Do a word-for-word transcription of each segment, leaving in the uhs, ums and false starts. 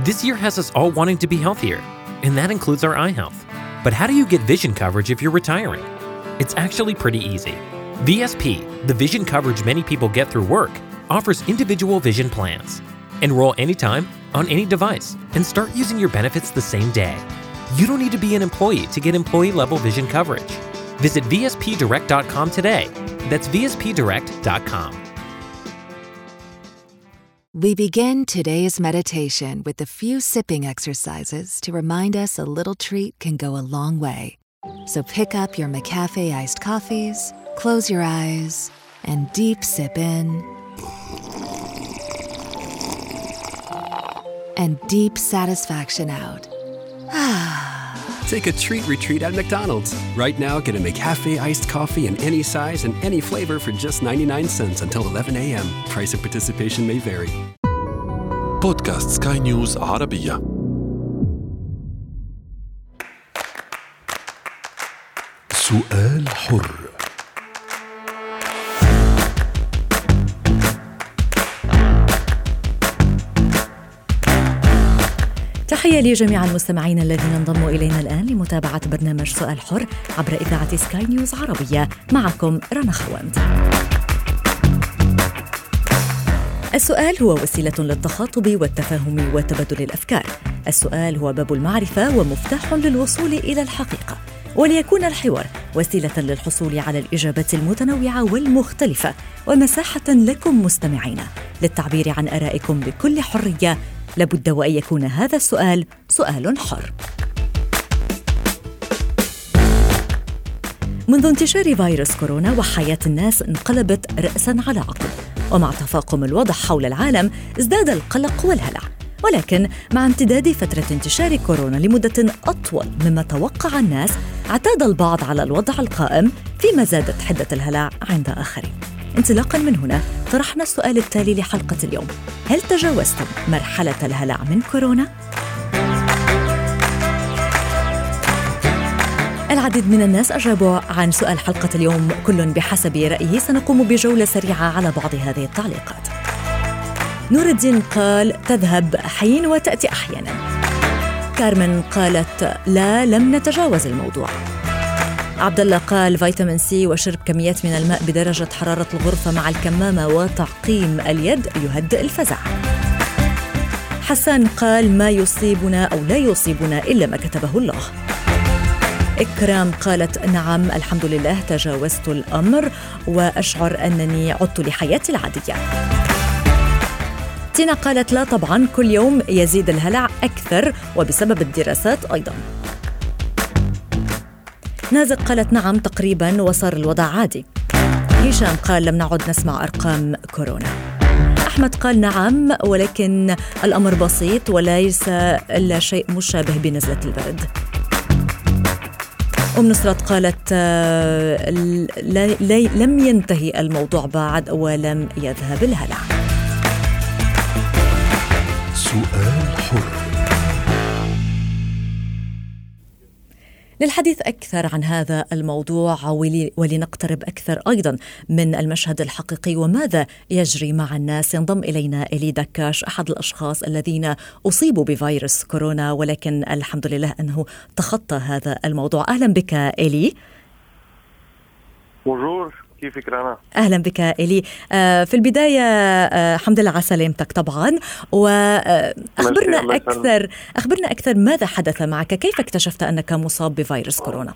This year has us all wanting to be healthier, and that includes our eye health. But how do you get vision coverage if you're retiring? It's actually pretty easy. V S P, the vision coverage many people get through work, offers individual vision plans. Enroll anytime, on any device, and start using your benefits the same day. You don't need to be an employee to get employee-level vision coverage. Visit V S P direct dot com today. That's V S P direct dot com. We begin today's meditation with a few sipping exercises to remind us a little treat can go a long way. So pick up your McCafe iced coffees, close your eyes, and deep sip in and deep satisfaction out. Take a treat retreat at McDonald's. Right now, get a McCafe iced coffee in any size and any flavor for just ninety-nine cents until eleven a.m. Price and participation may vary. بودكاست سكاي نيوز عربية. سؤال حر. تحية لجميع المستمعين الذين انضموا إلينا الآن لمتابعة برنامج سؤال حر عبر إذاعة سكاي نيوز عربية. معكم رنا خوند. السؤال هو وسيلة للتخاطب والتفاهم وتبادل الأفكار. السؤال هو باب المعرفة ومفتاح للوصول إلى الحقيقة، وليكون الحوار وسيلة للحصول على الإجابات المتنوعة والمختلفة ومساحة لكم مستمعين للتعبير عن آرائكم بكل حرية. لابد وأن يكون هذا السؤال سؤال حر. منذ انتشار فيروس كورونا وحياة الناس انقلبت رأساً على عقب، ومع تفاقم الوضع حول العالم ازداد القلق والهلع. ولكن مع امتداد فترة انتشار كورونا لمدة أطول مما توقع الناس، اعتاد البعض على الوضع القائم، فيما زادت حدة الهلع عند آخرين. انطلاقاً من هنا طرحنا السؤال التالي لحلقة اليوم: هل تجاوزتم مرحلة الهلع من كورونا؟ العديد من الناس أجابوا عن سؤال حلقة اليوم، كل بحسب رأيه. سنقوم بجولة سريعة على بعض هذه التعليقات. نور الدين قال تذهب حين وتأتي أحيانا. كارمن قالت لا، لم نتجاوز الموضوع. عبد الله قال فيتامين سي وشرب كميات من الماء بدرجة حرارة الغرفة مع الكمامة وتعقيم اليد يهدئ الفزع. حسن قال ما يصيبنا أو لا يصيبنا إلا ما كتبه الله. إكرام قالت نعم الحمد لله تجاوزت الأمر وأشعر أنني عدت لحياتي العادية. تينا قالت لا طبعا، كل يوم يزيد الهلع أكثر وبسبب الدراسات أيضا. نازق قالت نعم تقريبا وصار الوضع عادي. هشام قال لم نعد نسمع أرقام كورونا. أحمد قال نعم ولكن الأمر بسيط وليس إلا شيء مشابه بنزلة البرد. أم نصرت قالت لم ينتهي الموضوع بعد ولم يذهب الهلع. سؤال حر. للحديث أكثر عن هذا الموضوع ولنقترب أكثر أيضا من المشهد الحقيقي وماذا يجري مع الناس، ينضم إلينا إلي دكاش، أحد الأشخاص الذين أصيبوا بفيروس كورونا ولكن الحمد لله أنه تخطى هذا الموضوع. أهلا بك إلي. بونجور، كيفك رنا؟ أهلا بك إلي. آه في البداية آه الحمد لله على سلامتك طبعا، وأخبرنا آه أكثر أخبرنا أكثر ماذا حدث معك؟ كيف اكتشفت أنك مصاب بفيروس كورونا؟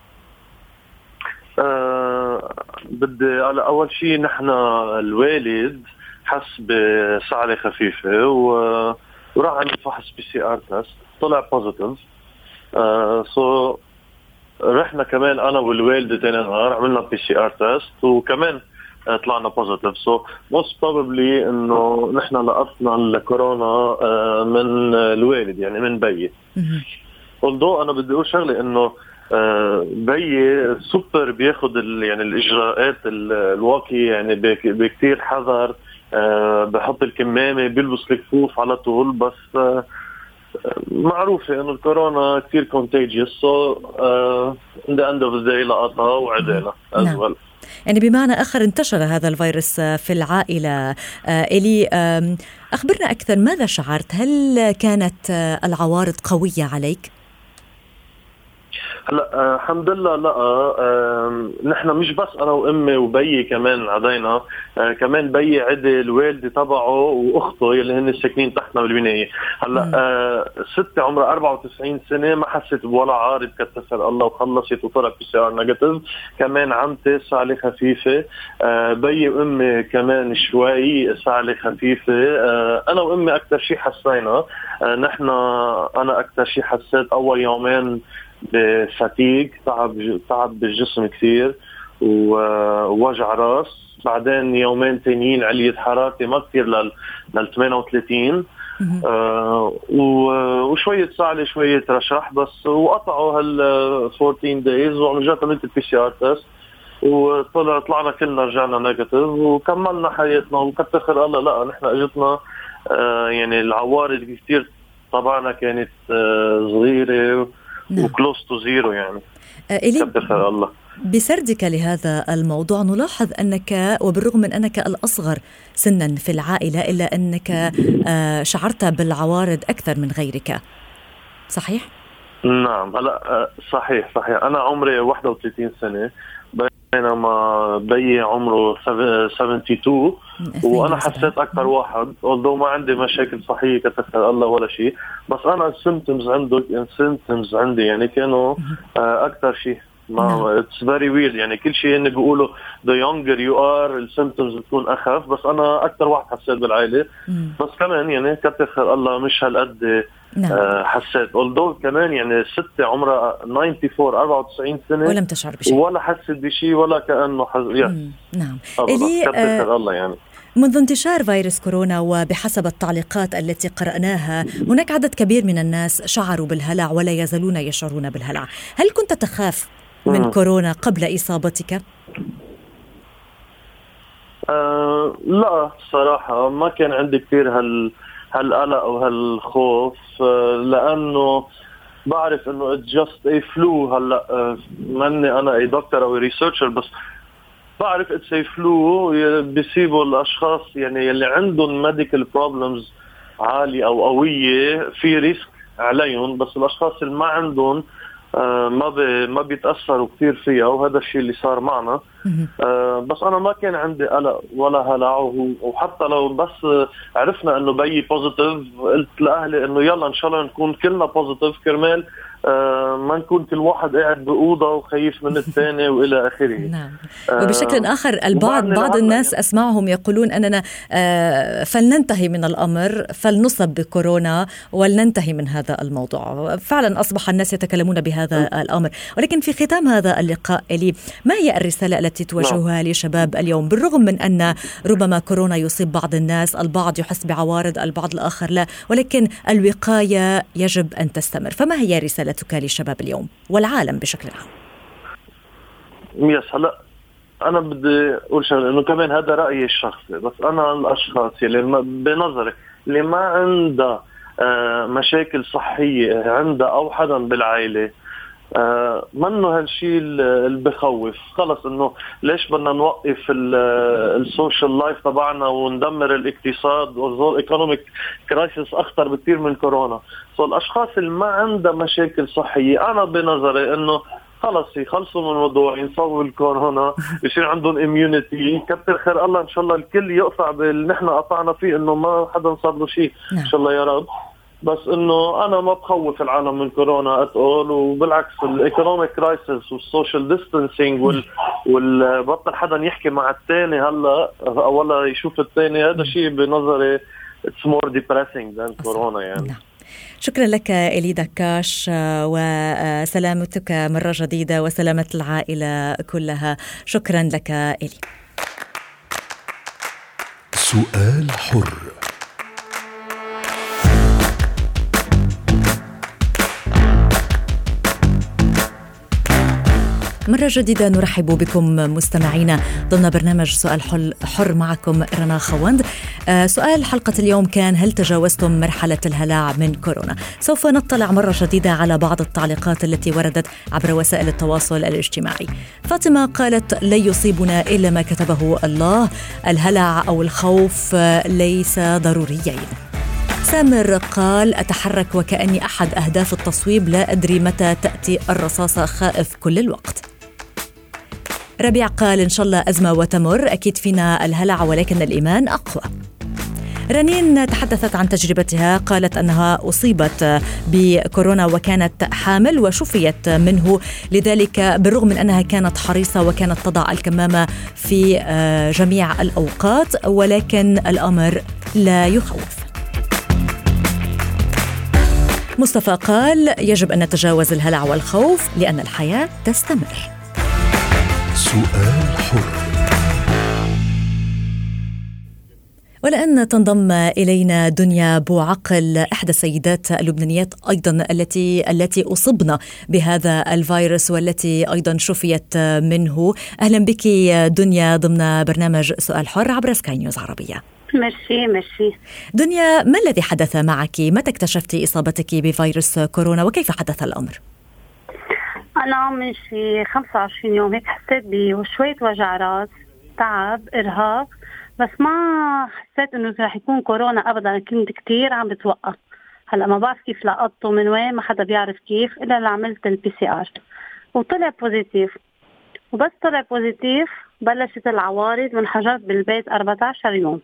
آه بدي على أول شيء نحن الوالد حس بسعلة خفيفة وراح عمل فحص بي سي ار تست طلع بوزيتيف. آه سو رحنا كمان انا والوالده تاني نهار عملنا بي سي ار تيست وكمان طلعنا بوزيتيف. سو موست بروبلي انه نحن لقطنا الكورونا من الوالد يعني من بيي. although انا بدي اقول شغله انه بيي سوبر بياخد يعني الاجراءات الواقيه يعني بكتير حذر، بحط الكمامه بيلبس الكفوف على طول، بس معروفة إنه الكورونا كتير contagious. so uh, in the end of the day لقطها وعدينا as well. يعني بمعنى آخر انتشر هذا الفيروس في العائلة. إلي، أخبرنا أكثر، ماذا شعرت؟ هل كانت العوارض قوية عليك؟ هلا الحمد لله لا، آه، نحن مش بس انا وامي وبيي كمان عدينا، آه، كمان بيي عدي الوالده تبعه واخته اللي هن ساكنين تحتنا بالبنايه. هلا آه، ستة عمرها أربعة وتسعين سنه ما حست بولا عارض كتفر الله وخلصت وطلع بي سي ار نيجاتيف. كمان عمتي سعلة خفيفه، آه، بيي وامي كمان شوي سعلة خفيفه. آه، انا وامي اكثر شيء حسينا، آه، نحن انا اكثر شيء حسيت اول يومين بفاتيج، تعب تعب بالجسم كثير ووجع راس. بعدين يومين تانيين عليت حرارتي ما كثير لل لل ثمانية وثلاثين، آه وشويه صعله شويه رشح بس، وقطعوا هال أربعطعش دايز ورجعت عملت البي سي ار تيست وطلع طلعنا كلنا رجعنا نيجاتيف وكملنا حياتنا وكتر خير الله. لا نحن اجتنا آه يعني العوارض كثير طبعا كانت آه صغيره وكلوز تو زيرو يعني. كتر خير الله. بسردك لهذا الموضوع نلاحظ أنك وبالرغم من أنك الأصغر سنا في العائلة إلا أنك شعرت بالعوارض أكثر من غيرك، صحيح؟ نعم. هلا صحيح صحيح أنا عمري واحد وثلاثين سنة بينما بيي عمره اثنين وسبعين وأنا حسيت أكثر واحد although ما عندي مشاكل صحية كتر الله ولا شيء، بس أنا السيمتومز عنده السيمتومز عندي يعني كانوا أكثر شيء ما it's very weird يعني كل شيء إني بيقولوا the younger you are السيمتومز بتكون أخف، بس أنا أكثر واحد حسيت بالعائلة. بس كمان يعني كتر خير الله مش هالقد آه حسيت although كمان يعني ستة عمرها أربعة وتسعين أربعة وتسعين سنة ولم تشعر بشيء ولا حست بشيء ولا كأنه حز... نعم. إلي كتر خير الله يعني. منذ انتشار فيروس كورونا وبحسب التعليقات التي قرأناها هناك عدد كبير من الناس شعروا بالهلع ولا يزالون يشعرون بالهلع. هل كنت تخاف من م. كورونا قبل إصابتك؟ أه لا صراحة ما كان عندي كثير هال هالقلق وهالخوف، أه لأنه بعرف إنه it's just a flu. هلا أه مني أنا أي دكتور أو ريسيرشر بس بعرف it's a flu بيصيبوا الأشخاص يعني اللي عندهم medical problems عالية أو قوية في ريسك عليهم، بس الأشخاص اللي ما عندهم آه ما بي ما بيتأثروا كثير فيها، وهذا الشيء اللي صار معنا. آه بس أنا ما كان عندي قلق ولا هلع، وحتى لو بس عرفنا إنه بيي بوزيتيف قلت لأهلي إنه يلا إن شاء الله نكون كلنا بوزيتيف كرمال آه ما نكون كل واحد قاعد بأوضة وخايف من الثاني وإلى آخره. نعم. وبشكل آخر البعض بعض الناس أسمعهم يقولون أننا آه فلننتهي من الأمر، فلنصب بكورونا ولننتهي من هذا الموضوع. فعلا أصبح الناس يتكلمون بهذا الأمر، ولكن في ختام هذا اللقاء إلي ما هي الرسالة التي توجهها لشباب اليوم؟ بالرغم من أن ربما كورونا يصيب بعض الناس، البعض يحس بعوارض البعض الآخر لا، ولكن الوقاية يجب أن تستمر. فما هي رسالة للشباب اليوم والعالم بشكل عام؟ يس هلا انا بدي اقول شغله انه كمان هذا رايي الشخصي، بس انا الاشخاص اللي بنظري اللي ما عندها مشاكل صحيه عندها او حدا بالعائله آه منه هالشيء اللي بخوف. خلص انه ليش بدنا نوقف السوشيال لايف تبعنا وندمر الاقتصاد وزول ايكونوميك كرايسيس اخطر بكثير من كورونا. سو الاشخاص اللي ما عندها مشاكل صحيه انا بنظري انه خلص يخلصوا من الموضوع، ينصابوا بالكورونا يصير عندهم اميونيتي. كتر خير الله ان شاء الله الكل يقطع باللي نحن قطعنا فيه انه ما حدا صار له شيء ان شاء الله يا رب. بس انه انا ما بخوف العالم من كورونا اتقول، وبالعكس الايكونوميك كرايسيس والسوشيال ديستانسينج وال والبطل حدا يحكي مع الثاني هلا ولا يشوف الثاني، هذا شيء بنظري it's more depressing than كورونا يعني. شكرا لك إلي دكاش، وسلامتك مرة جديدة وسلامة العائلة كلها. شكرا لك إلي. سؤال حر. مرة جديدة نرحب بكم مستمعينا ضمن برنامج سؤال حر معكم رنا خوند. آه سؤال حلقة اليوم كان: هل تجاوزتم مرحلة الهلع من كورونا؟ سوف نطلع مرة جديدة على بعض التعليقات التي وردت عبر وسائل التواصل الاجتماعي. فاطمة قالت: لن يصيبنا إلا ما كتبه الله، الهلع أو الخوف ليس ضروريين. سامر قال: أتحرك وكأني أحد أهداف التصويب، لا أدري متى تأتي الرصاصة، خائف كل الوقت. ربيع قال: إن شاء الله أزمة وتمر، أكيد فينا الهلع ولكن الإيمان أقوى. رنين تحدثت عن تجربتها، قالت أنها أصيبت بكورونا وكانت حامل وشفيت منه، لذلك بالرغم من أنها كانت حريصة وكانت تضع الكمامة في جميع الأوقات، ولكن الأمر لا يخوف. مصطفى قال: يجب أن نتجاوز الهلع والخوف لأن الحياة تستمر. سؤال حر. ولأن تنضم إلينا دنيا بوعقل، إحدى السيدات اللبنانيات أيضا التي التي أصبن بهذا الفيروس والتي أيضا شفيت منه. أهلا بك دنيا ضمن برنامج سؤال حر عبر سكاي نيوز عربية. ميرسي ميرسي. دنيا، ما الذي حدث معك؟ متى اكتشفت إصابتك بفيروس كورونا وكيف حدث الأمر؟ أنا من شي خمسة وعشرين يوم هيك حسيت بشوية وجع راس، تعب، إرهاق، بس ما حسيت إنه رح يكون كورونا أبدا. كنت كتير عم بتوقف. هلأ ما بعرف كيف لقطته من وين، ما حدا بيعرف كيف، إلا اللي عملت البي سي آر وطلع بوزيتيف. وبس طلع بوزيتيف بلشت العوارض وانحجرت بالبيت أربعة عشر يوم.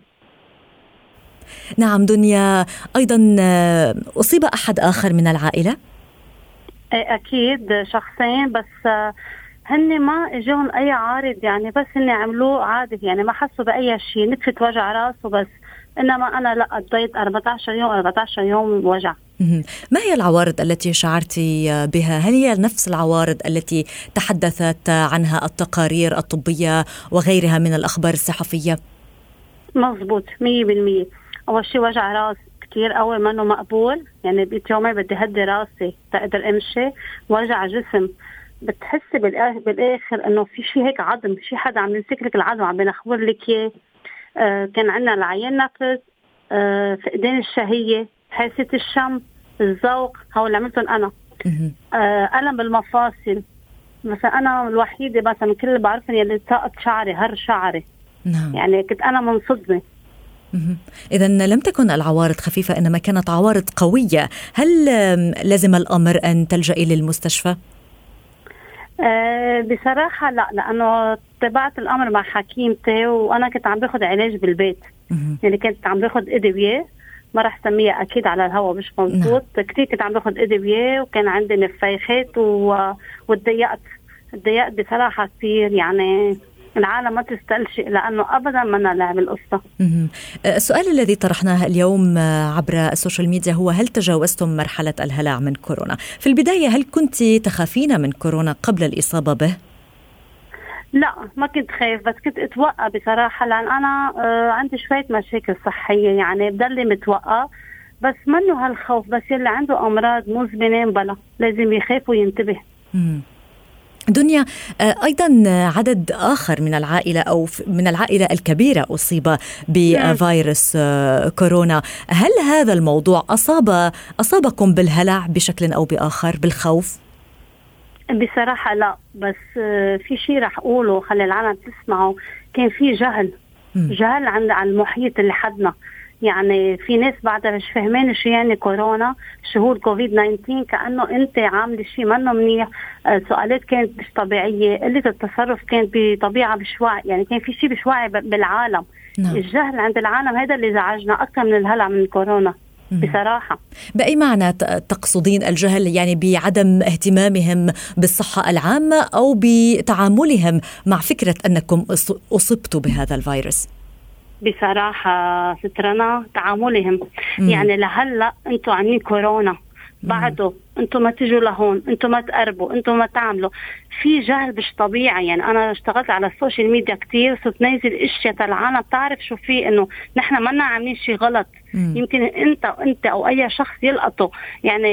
نعم دنيا، أيضا أصيب أحد آخر من العائلة؟ أكيد شخصين، بس هن ما اجوهم أي عارض، يعني بس هن عملوه عادي، يعني ما حسوا بأي شيء، نتفت وجع راس وبس. إنما أنا لا، قضيت أربعة عشر يوم أربعة عشر يوم وجع. ما هي العوارض التي شعرتي بها؟ هل هي نفس العوارض التي تحدثت عنها التقارير الطبية وغيرها من الأخبار الصحفية؟ مظبوط مية بالمية. أول شيء وجع راس كتير، أول ما أنه مقبول، يعني بقيت يومين بدي هدي راسي تقدر أمشي. وجع جسم، بتحسي بالآخر أنه في شيء هيك عظم، في حدا عم يمسك لك العظم عم بنخور لك إياه. آه كان عندنا العين نفس، آه فقدان الشهية، حاسة الشم، الذوق، هو اللي عملتهم أنا. آه ألم بالمفاصل، مثلا أنا الوحيدة مثلا من كل اللي بعرفني اللي ساقط شعري، هر شعري. نعم. يعني كنت أنا منصدمة. إذن لم تكن العوارض خفيفة، إنما كانت عوارض قوية. هل لازم الأمر أن تلجئي للمستشفى؟ أه بصراحة لا، لأنه تبعت الأمر مع حكيمتي، وأنا كنت عم باخد علاج بالبيت. مه. يعني كنت عم باخد أدوية، ما رح سميها أكيد على الهواء مش مضبوط. نعم. كتير كنت عم باخد أدوية، وكان عندي نفايخات و... واتضايقت اتضايقت بصراحة كتير. يعني العالم ما تستلشئ، لأنه أبدا ما نلعب القصة. السؤال الذي طرحناه اليوم عبر السوشيال ميديا هو: هل تجاوزتم مرحلة الهلع من كورونا؟ في البداية هل كنت تخافين من كورونا قبل الإصابة به؟ لا ما كنت خايف، بس كنت اتوقع بصراحة، لأن أنا عندي شوية مشاكل صحية، يعني بدلي متوقع. بس منه هالخوف، بس يلي عنده أمراض مزمنة بلا لازم يخاف وينتبه. مم. دنيا، أيضا عدد آخر من العائلة أو من العائلة الكبيرة أصيب بفيروس كورونا. هل هذا الموضوع أصاب أصابكم بالهلع بشكل أو بآخر، بالخوف؟ بصراحة لا، بس في شيء رح أقوله خلي العالم تسمعه. كان في جهل م. جهل عند على المحيط اللي حدنا. يعني في ناس بعدها مش فاهمين شو يعني كورونا، شهور كوفيد تسعة عشر، كأنه انت عامل شيء منه منيح. آه سؤالات كانت مش طبيعية، قلة التصرف كانت بطبيعة مش وعي، يعني كان في شيء مش وعي بالعالم. نعم. الجهل عند العالم هذا اللي زعجنا أكثر من الهلع من كورونا بصراحة. بأي معنى تقصدين الجهل؟ يعني بعدم اهتمامهم بالصحة العامة أو بتعاملهم مع فكرة أنكم أصبتوا بهذا الفيروس؟ بصراحة سترنا تعاملهم. مم. يعني لهلا انتوا عاملين كورونا، بعده انتوا ما تجوا لهون، انتوا ما تقربوا، انتوا ما تعملوا. في جهل مش طبيعي. يعني انا اشتغلت على السوشيال ميديا كتير، صرت نازل اشياء العالم تعرف شو في، انه نحن ما عاملين شيء غلط. مم. يمكن انت انت او اي شخص يلقطه. يعني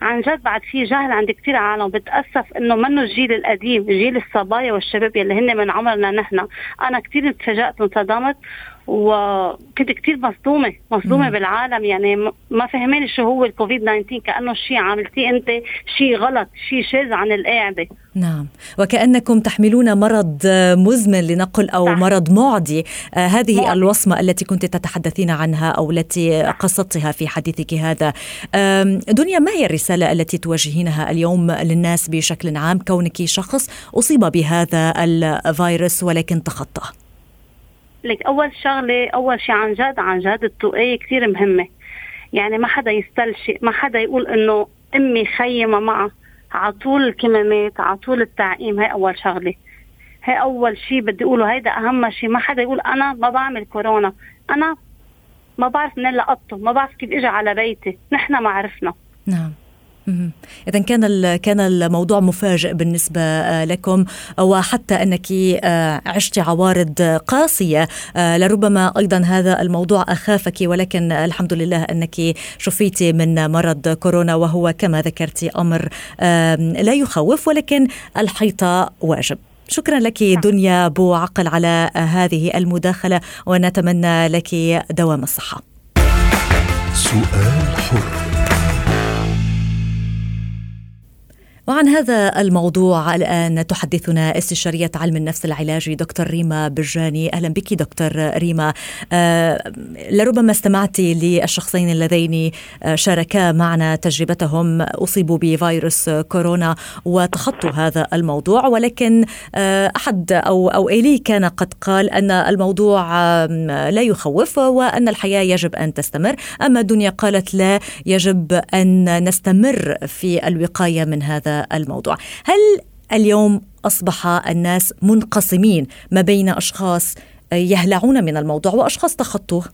عن جد بعد في جهل عند كتير عالم. بتأسف إنه منه الجيل القديم، جيل الصبايا والشباب يلي هن من عمرنا نحن. أنا كتير اتفاجأت وانصدمت وكنت كتير مصدومة مصدومة بالعالم، يعني ما فهمين شو هو الكوفيد تسعة عشر، كأنه شيء عملتيه أنت شيء غلط، شيء شاذ عن القاعدة. نعم، وكأنكم تحملون مرض مزمن لنقل أو نعم. مرض معدي. آه هذه معدي. الوصمة التي كنت تتحدثين عنها أو التي قصدتها في حديثك هذا. دنيا، ما هي الرسالة التي توجهينها اليوم للناس بشكل عام كونك شخص أصيب بهذا الفيروس ولكن تخطاه؟ لك أول شغلة، أول شيء عن جد عن جد التوقية كتير مهمة. يعني ما حدا يستلشي، ما حدا يقول إنه أمي خيمة معه، عطول الكمامات، عطول التعقيم. هاي أول شغلة، هاي أول شيء بدي أقوله، هيدا أهم شيء. ما حدا يقول أنا ما بعمل كورونا، أنا ما بعرف منين لقطه، ما بعرف كيف إجا على بيتي، نحن ما عرفنا. نعم. إذا كان كان الموضوع مفاجئ بالنسبة لكم، وحتى أنك عشت عوارض قاسية، لربما أيضا هذا الموضوع أخافك، ولكن الحمد لله أنك شفيتي من مرض كورونا، وهو كما ذكرتي أمر لا يخوف، ولكن الحيطة واجب. شكرا لك دنيا بو عقل على هذه المداخلة، ونتمنى لك دوام الصحة. سؤال حر. وعن هذا الموضوع الآن تحدثنا استشارية علم النفس العلاجي دكتور ريما برجاني. أهلا بك دكتور ريما. آه لربما استمعت للشخصين اللذين شاركا معنا تجربتهم، أصيبوا بفيروس كورونا وتخطوا هذا الموضوع، ولكن آه أحد أو, أو إلي كان قد قال أن الموضوع آه لا يخوف وأن الحياة يجب أن تستمر، أما دنيا قالت لا، يجب أن نستمر في الوقاية من هذا الموضوع. هل اليوم أصبح الناس منقسمين ما بين أشخاص يهلعون من الموضوع وأشخاص تخطوه؟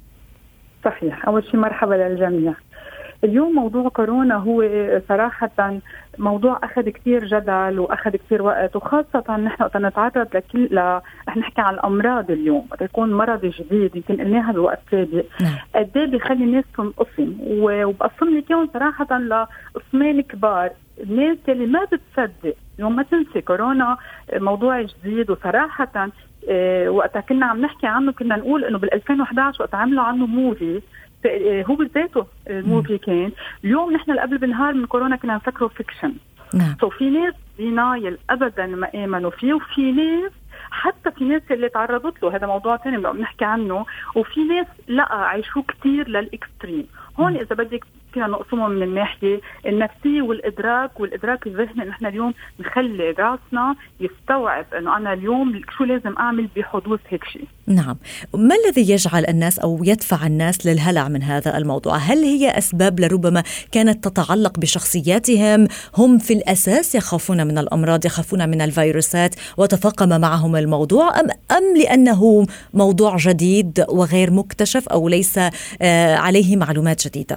صحيح. أول شيء مرحبا للجميع. اليوم موضوع كورونا هو صراحة موضوع أخذ كتير جدل وأخذ كتير وقت، وخاصة نحن وقت نتعرض لكل ل... احنا نحكي عن الأمراض اليوم، وقت يكون مرض جديد يمكن قلناها بوقت سابق، قد ايه بيخلي الناس تنقسم، وبقسم لك يوم صراحة لقسمين كبار. الناس اللي ما بتصدق، اليوم ما تنسي كورونا موضوع جديد، وصراحة اه وقتها كنا عم نحكي عنه كنا نقول انه بال ألفين وإحدى عشر وقت عملوا عنه موفي، هو بذاته الموفي كان. اليوم نحن قبل بنهار من كورونا كنا نفكره فيكشن. نعم. سو في ناس دينايل ابدا ما امنوا فيه، وفي ناس حتى في ناس اللي تعرضت له، هذا موضوع تاني بنحكي عنه، وفي ناس لا عايشوه كتير للاكستريم. هون اذا بدك فينا نقسمهم من الناحية النفسية والإدراك والإدراك الذهني. نحن اليوم نخلي راسنا يستوعب أنه أنا اليوم شو لازم أعمل بحدوث هيك شيء. نعم. ما الذي يجعل الناس أو يدفع الناس للهلع من هذا الموضوع؟ هل هي أسباب لربما كانت تتعلق بشخصياتهم؟ هم في الأساس يخافون من الأمراض، يخافون من الفيروسات وتفاقم معهم الموضوع، أم, أم لأنه موضوع جديد وغير مكتشف أو ليس آه عليه معلومات جديدة؟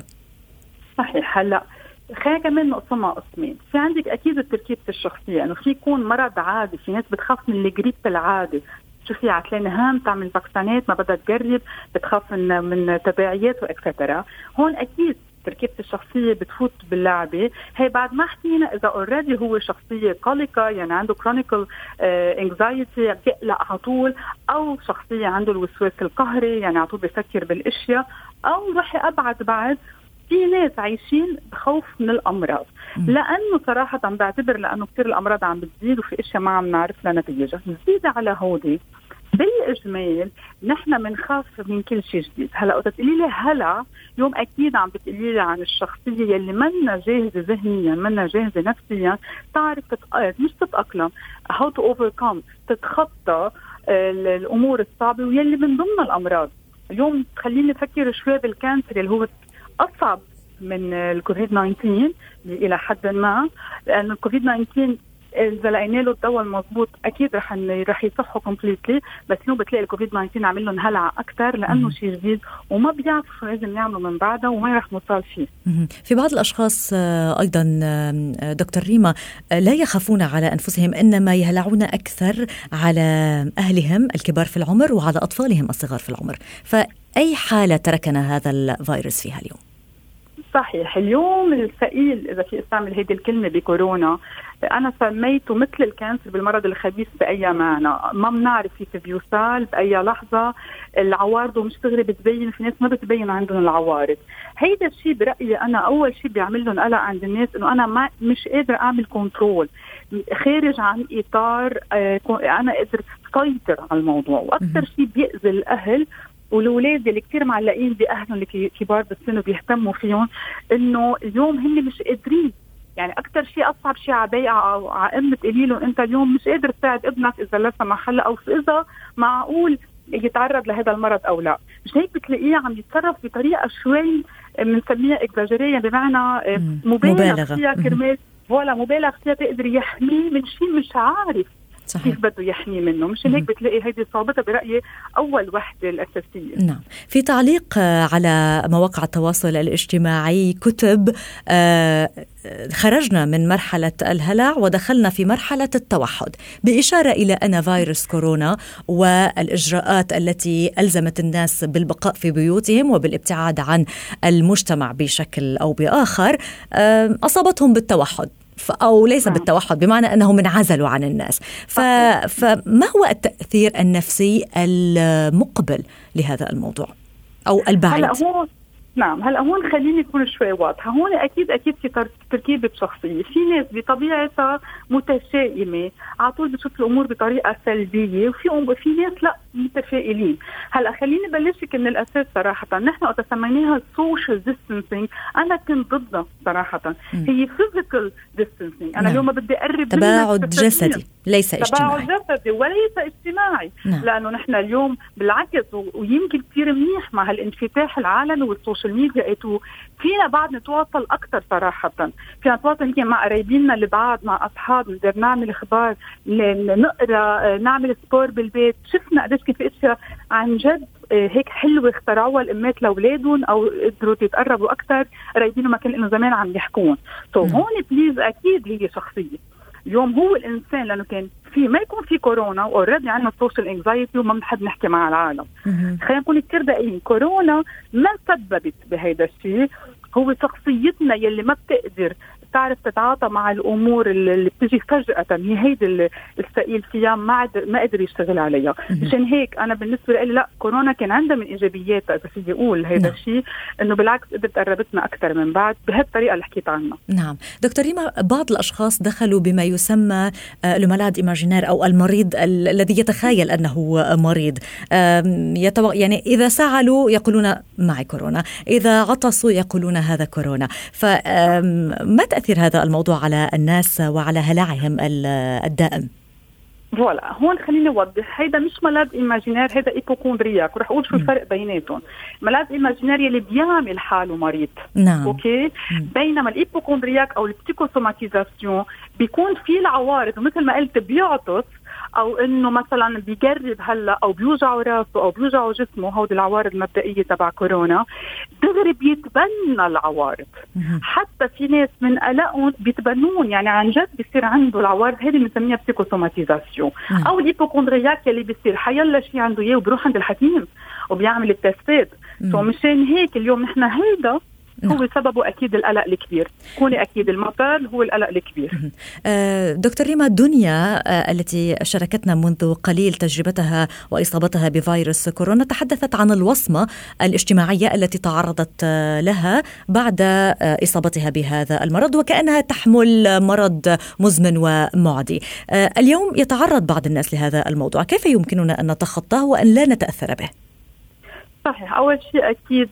صحيح. هلا خلينا كمان نقسمها قسمين. في عندك اكيد التركيبه الشخصيه، انه في يكون مرض عادي، في ناس بتخاف من الجريب العادي، شوفي عتلان هام تعمل فاكسينات ما بدها تجرب، بتخاف من من تبعيات واكسترا. هون اكيد تركيبه الشخصيه بتفوت باللعبه. هي بعد ما حكينا اذا اوريدي هو شخصيه قلقه، يعني عنده كرونيكال انكزايتي بيقلق على طول، او شخصيه عنده الوسواس القهري يعني على طول بيفكر بالاشياء، او رح ابعد بعد في ناس عايشين بخوف من الأمراض. لأنه صراحة عم بعتبر لأنه كتير الأمراض عم بتزيد وفي إشياء ما عم نعرف لها نتيجة. نزيد على هودي بالإجمال نحن منخاف من كل شيء جديد. هلأ قد تقولي لي هلأ يوم أكيد عم بتقولي لي عن الشخصية يلي منا جاهزة ذهنيا، منا جاهزة نفسيا، تعرف تتأقلم، مش تتأقلم، how to overcome، تتخطى الأمور الصعبة ويلي من ضمن الأمراض. اليوم خليني نفكر شوي بالكانسر اللي هو أصعب من الكوفيد تسعة عشر إلى حد ما، لأن الكوفيد تسعة عشر إذا لقينا له الدواء المضبوط أكيد رح رح يصحوا كومبليتلي، بس اليوم بتلاقي الكوفيد تسعة عشر عامل لهم هلع أكثر لأنه شيء جديد وما بيعرفوا شو لازم يعملوا من بعده وما رح نوصل فيه. في بعض الأشخاص أيضا دكتور ريما لا يخافون على أنفسهم، إنما يهلعون أكثر على أهلهم الكبار في العمر وعلى أطفالهم الصغار في العمر، فأي حالة تركنا هذا الفيروس فيها اليوم؟ صحيح. اليوم الثقيل إذا في استعمل هيدي الكلمة بكورونا، أنا سميته مثل الكانسر بالمرض الخبيث بأي معنى، ما بنعرف كيف بيوصل بأي لحظة، العوارض ومش تغري بتبين، في ناس ما بتبين عندهم العوارض. هيدا الشيء برأيي أنا أول شيء بيعمل لهم قلق عند الناس، إنه أنا ما مش قادر أعمل كنترول، خارج عن إطار آه أنا قادر أسيطر على الموضوع. وأكثر شيء بيأذي الأهل والولاد اللي كتير معلقين بأهلهم اللي كبار بالسن وبيهتموا فيهم، إنه اليوم هن مش قادرين. يعني أكتر شيء أصعب شيء عبايعة أو عقم تقولي لهم أنت اليوم مش قادر تساعد ابنك إذا لا سمح الله، أو إذا معقول يتعرض لهذا المرض أو لا. مش هيك بتلاقيه عم يتصرف بطريقة شوي بنسميها إكزاجيرية، بمعنى مبالغ فيها كرمال ولا مبالغ فيها تقدر يحميه من شيء مش عارف صحيح. كيف بده يحميه منه. مش هيك بتلاقي هيدي صعوبتها برأيي أول وحدة الأساسية. نعم. في تعليق على مواقع التواصل الاجتماعي كتب آه خرجنا من مرحلة الهلع ودخلنا في مرحلة التوحد، بإشارة إلى أن فيروس كورونا والإجراءات التي ألزمت الناس بالبقاء في بيوتهم وبالابتعاد عن المجتمع بشكل أو بآخر آه أصابتهم بالتوحد، أو ليس بالتوحد بمعنى أنهم انعزلوا عن الناس. ف... فما هو التأثير النفسي المقبل لهذا الموضوع أو البعيد؟ هلأ هو نعم هلأ هون خليني أكون شوي واضحة. هون أكيد أكيد في تركيبة شخصية، في ناس بطبيعتها متشائمة على طول بتشوف الأمور بطريقة سلبية، وفي في ناس لا متفائلين. هلأ خليني بلشك من الأساس صراحة. نحن وقت سميناها social distancing أنا كنت ضدها صراحة. م. هي physical distancing. أنا نعم. اليوم بدي أقرب تباعد جسدي ليس اجتماعي. تباعد جسدي وليس اجتماعي. نعم. لأنه نحن اليوم بالعكس، ويمكن كثير منيح مع هالانفتاح العالمي والسوشيال ميديا فينا بعد نتواصل أكثر صراحة. فينا نتواصل يمكن مع قرايبيننا اللي بعاد، مع أصحاب، نقدر نعمل إخبار، نقرأ، نعمل سبور بالبيت. شفنا قديش كيف أشياء عن جد هيك حلوة اخترعوها الأمات لأولادهم أو قدروا يتقربوا أكثر قرايبينهم ما كان إنه زمان عم يحكون. تو هون بليز أكيد هي شخصية. اليوم هو الإنسان لأنه كان في ما يكون في كورونا وأوريدي عندنا سوشيال انكزايتي وما بنحب نحكي مع العالم. خلينا نكون كتير دقيقين، كورونا ما سببت بهيدا الشيء، هو شخصيتنا يلي ما بتقدر تعرف تتعاطى مع الأمور اللي بتجي فجأة. هي هيدا الثقيل فيها ما ما قدر يشتغل عليها. مشان هيك أنا بالنسبة لي لا، كورونا كان عندها من إيجابياتها إذا فيي أقول هيدا الشيء، إنه بالعكس قدرت قربتنا أكثر من بعد بهالطريقة اللي حكيت عنها. نعم دكتور ريما، بعض الأشخاص دخلوا بما يسمى المالاد إيماجينير أو المريض ال- الذي يتخيل أنه مريض. يتو... يعني إذا سعلوا يقولون معي كورونا، إذا عطسوا يقولون هذا كورونا. فما تأثير هذا الموضوع على الناس وعلى هلعهم الدائم؟ فوالا هون خليني أوضح، هيدا مش ملاذ إيماجينير، هيدا إيبوكوندرياك. ورح أقول شو الفرق بيناتهم. ملاذ إيماجينير يلي بيعمل حاله مريض، نعم. أوكي. مم. بينما الإيبوكوندرياك أو البسيكوسوماتيزاسيون بيكون في العوارض، ومثل ما قلت بيعطس أو إنه مثلا بيجرب هلا أو بيوجعوا راسه أو بيوجعوا جسمه، هودي العوارض المبدئية تبع كورونا، دغري بيتبنى العوارض. مم. حتى في ناس من قلقهم بيتبنون، يعني عن جد بيصير عنده العوارض. هذه بنسميها بسيكوسوماتيزاسيون. أو الإيبوكوندرياك اللي بيصير حيلا شيء عنده إياه وبروح عند الحكيم وبيعمل التستات. فمشان هيك اليوم نحن هيدا هو سببه أكيد القلق الكبير، كوني أكيد المطر هو القلق الكبير. دكتور ريما، دنيا التي شاركتنا منذ قليل تجربتها وإصابتها بفيروس كورونا تحدثت عن الوصمة الاجتماعية التي تعرضت لها بعد إصابتها بهذا المرض، وكأنها تحمل مرض مزمن ومعدي. اليوم يتعرض بعض الناس لهذا الموضوع، كيف يمكننا أن نتخطاه وأن لا نتأثر به؟ صحيح. أول شيء أكيد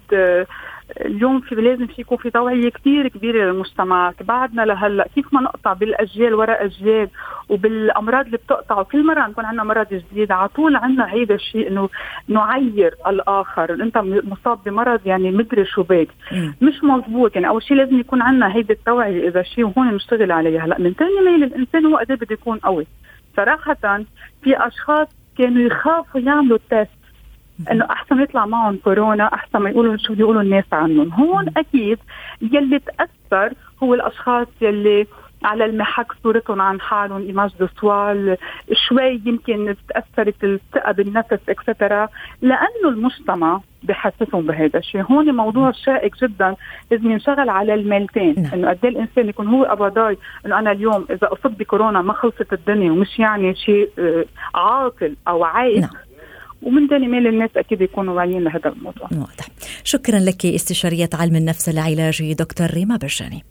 اليوم في لازم في يكون في توعية كتير كبيرة للمجتمع. بعدنا لهلا كيف ما نقطع بالأجيال وراء أجيال وبالأمراض اللي بتقطع، وكل مرة نكون عندنا مرض جديد على طول عندنا هيدا الشيء إنه نعير الآخر، أنت مصاب بمرض يعني مدري شو بيك، مش مزبوط. يعني أول شيء لازم يكون عندنا هيدا التوعية إذا شيء، وهون نشتغل عليها. هلا من تاني ميل الإنسان هو قدر بده يكون قوي صراحة. في أشخاص كانوا يخافوا يعملوا التست انه احسن يطلع معهم كورونا، احسن ما يقولوا شو بيقولوا الناس عنهم. هون اكيد يلي تاثر هو الاشخاص يلي على المحك صورتهم عن حالهم، إيماج دو سوال، شوي يمكن تأثرت الثقة بالنفس اكسترا، لأنه المجتمع بحسسهم بهذا الشيء. هون موضوع شائك جدا لازم ينشغل على الميلتين، نعم. انه قد ايه الانسان يكون هو ابداي انه انا اليوم اذا اصبت بكورونا ما خلصت الدنيا، ومش يعني شيء عاقل او عيب. نعم. ومن ثاني ميل الناس اكيد يكونوا واعيين لهذا الموضوع. واضح. شكرا لك استشارية علم النفس العلاجي دكتور ريما برشاني.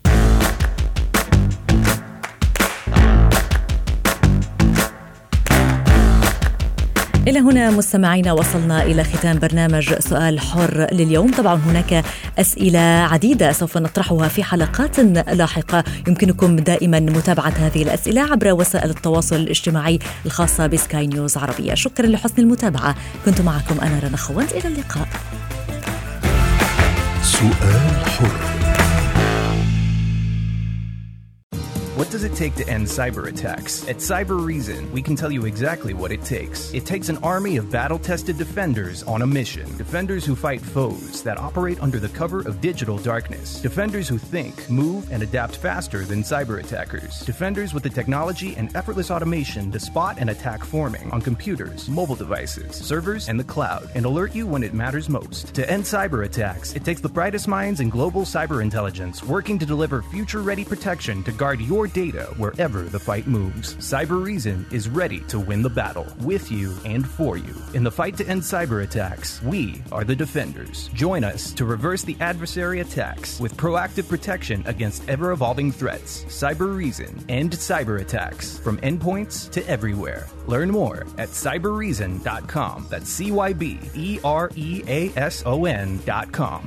إلى هنا مستمعينا وصلنا إلى ختام برنامج سؤال حر لليوم. طبعا هناك أسئلة عديدة سوف نطرحها في حلقات لاحقة، يمكنكم دائما متابعة هذه الأسئلة عبر وسائل التواصل الاجتماعي الخاصة بسكاي نيوز عربية. شكرا لحسن المتابعة، كنت معكم أنا رنا خوند، إلى اللقاء. سؤال حر. What does it take to end cyber attacks? At Cyber Reason, we can tell you exactly what it takes. It takes an army of battle-tested defenders on a mission. Defenders who fight foes that operate under the cover of digital darkness. Defenders who think, move, and adapt faster than cyber attackers. Defenders with the technology and effortless automation to spot and attack forming on computers, mobile devices, servers, and the cloud, and alert you when it matters most. To end cyber attacks, it takes the brightest minds in global cyber intelligence working to deliver future-ready protection to guard your data wherever the fight moves. Cyber Reason is ready to win the battle with you and for you. In the fight to end cyber attacks, we are the defenders. Join us to reverse the adversary attacks with proactive protection against ever-evolving threats. Cyber Reason, end cyber attacks from endpoints to everywhere. Learn more at cyber reason dot com. That's C Y B E R E A S O N dot com.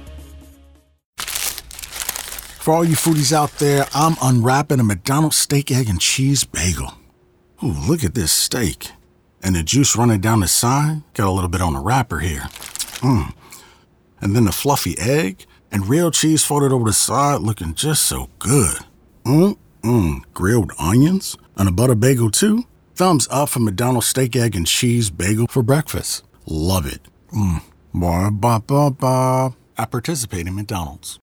For all you foodies out there, I'm unwrapping a McDonald's steak, egg, and cheese bagel. Ooh, look at this steak. And the juice running down the side. Got a little bit on the wrapper here. Mmm. And then the fluffy egg and real cheese folded over the side looking just so good. Mmm-mmm. Grilled onions and a butter bagel too. Thumbs up for McDonald's steak, egg, and cheese bagel for breakfast. Love it. Mmm. Ba-ba-ba-ba. I participate in McDonald's.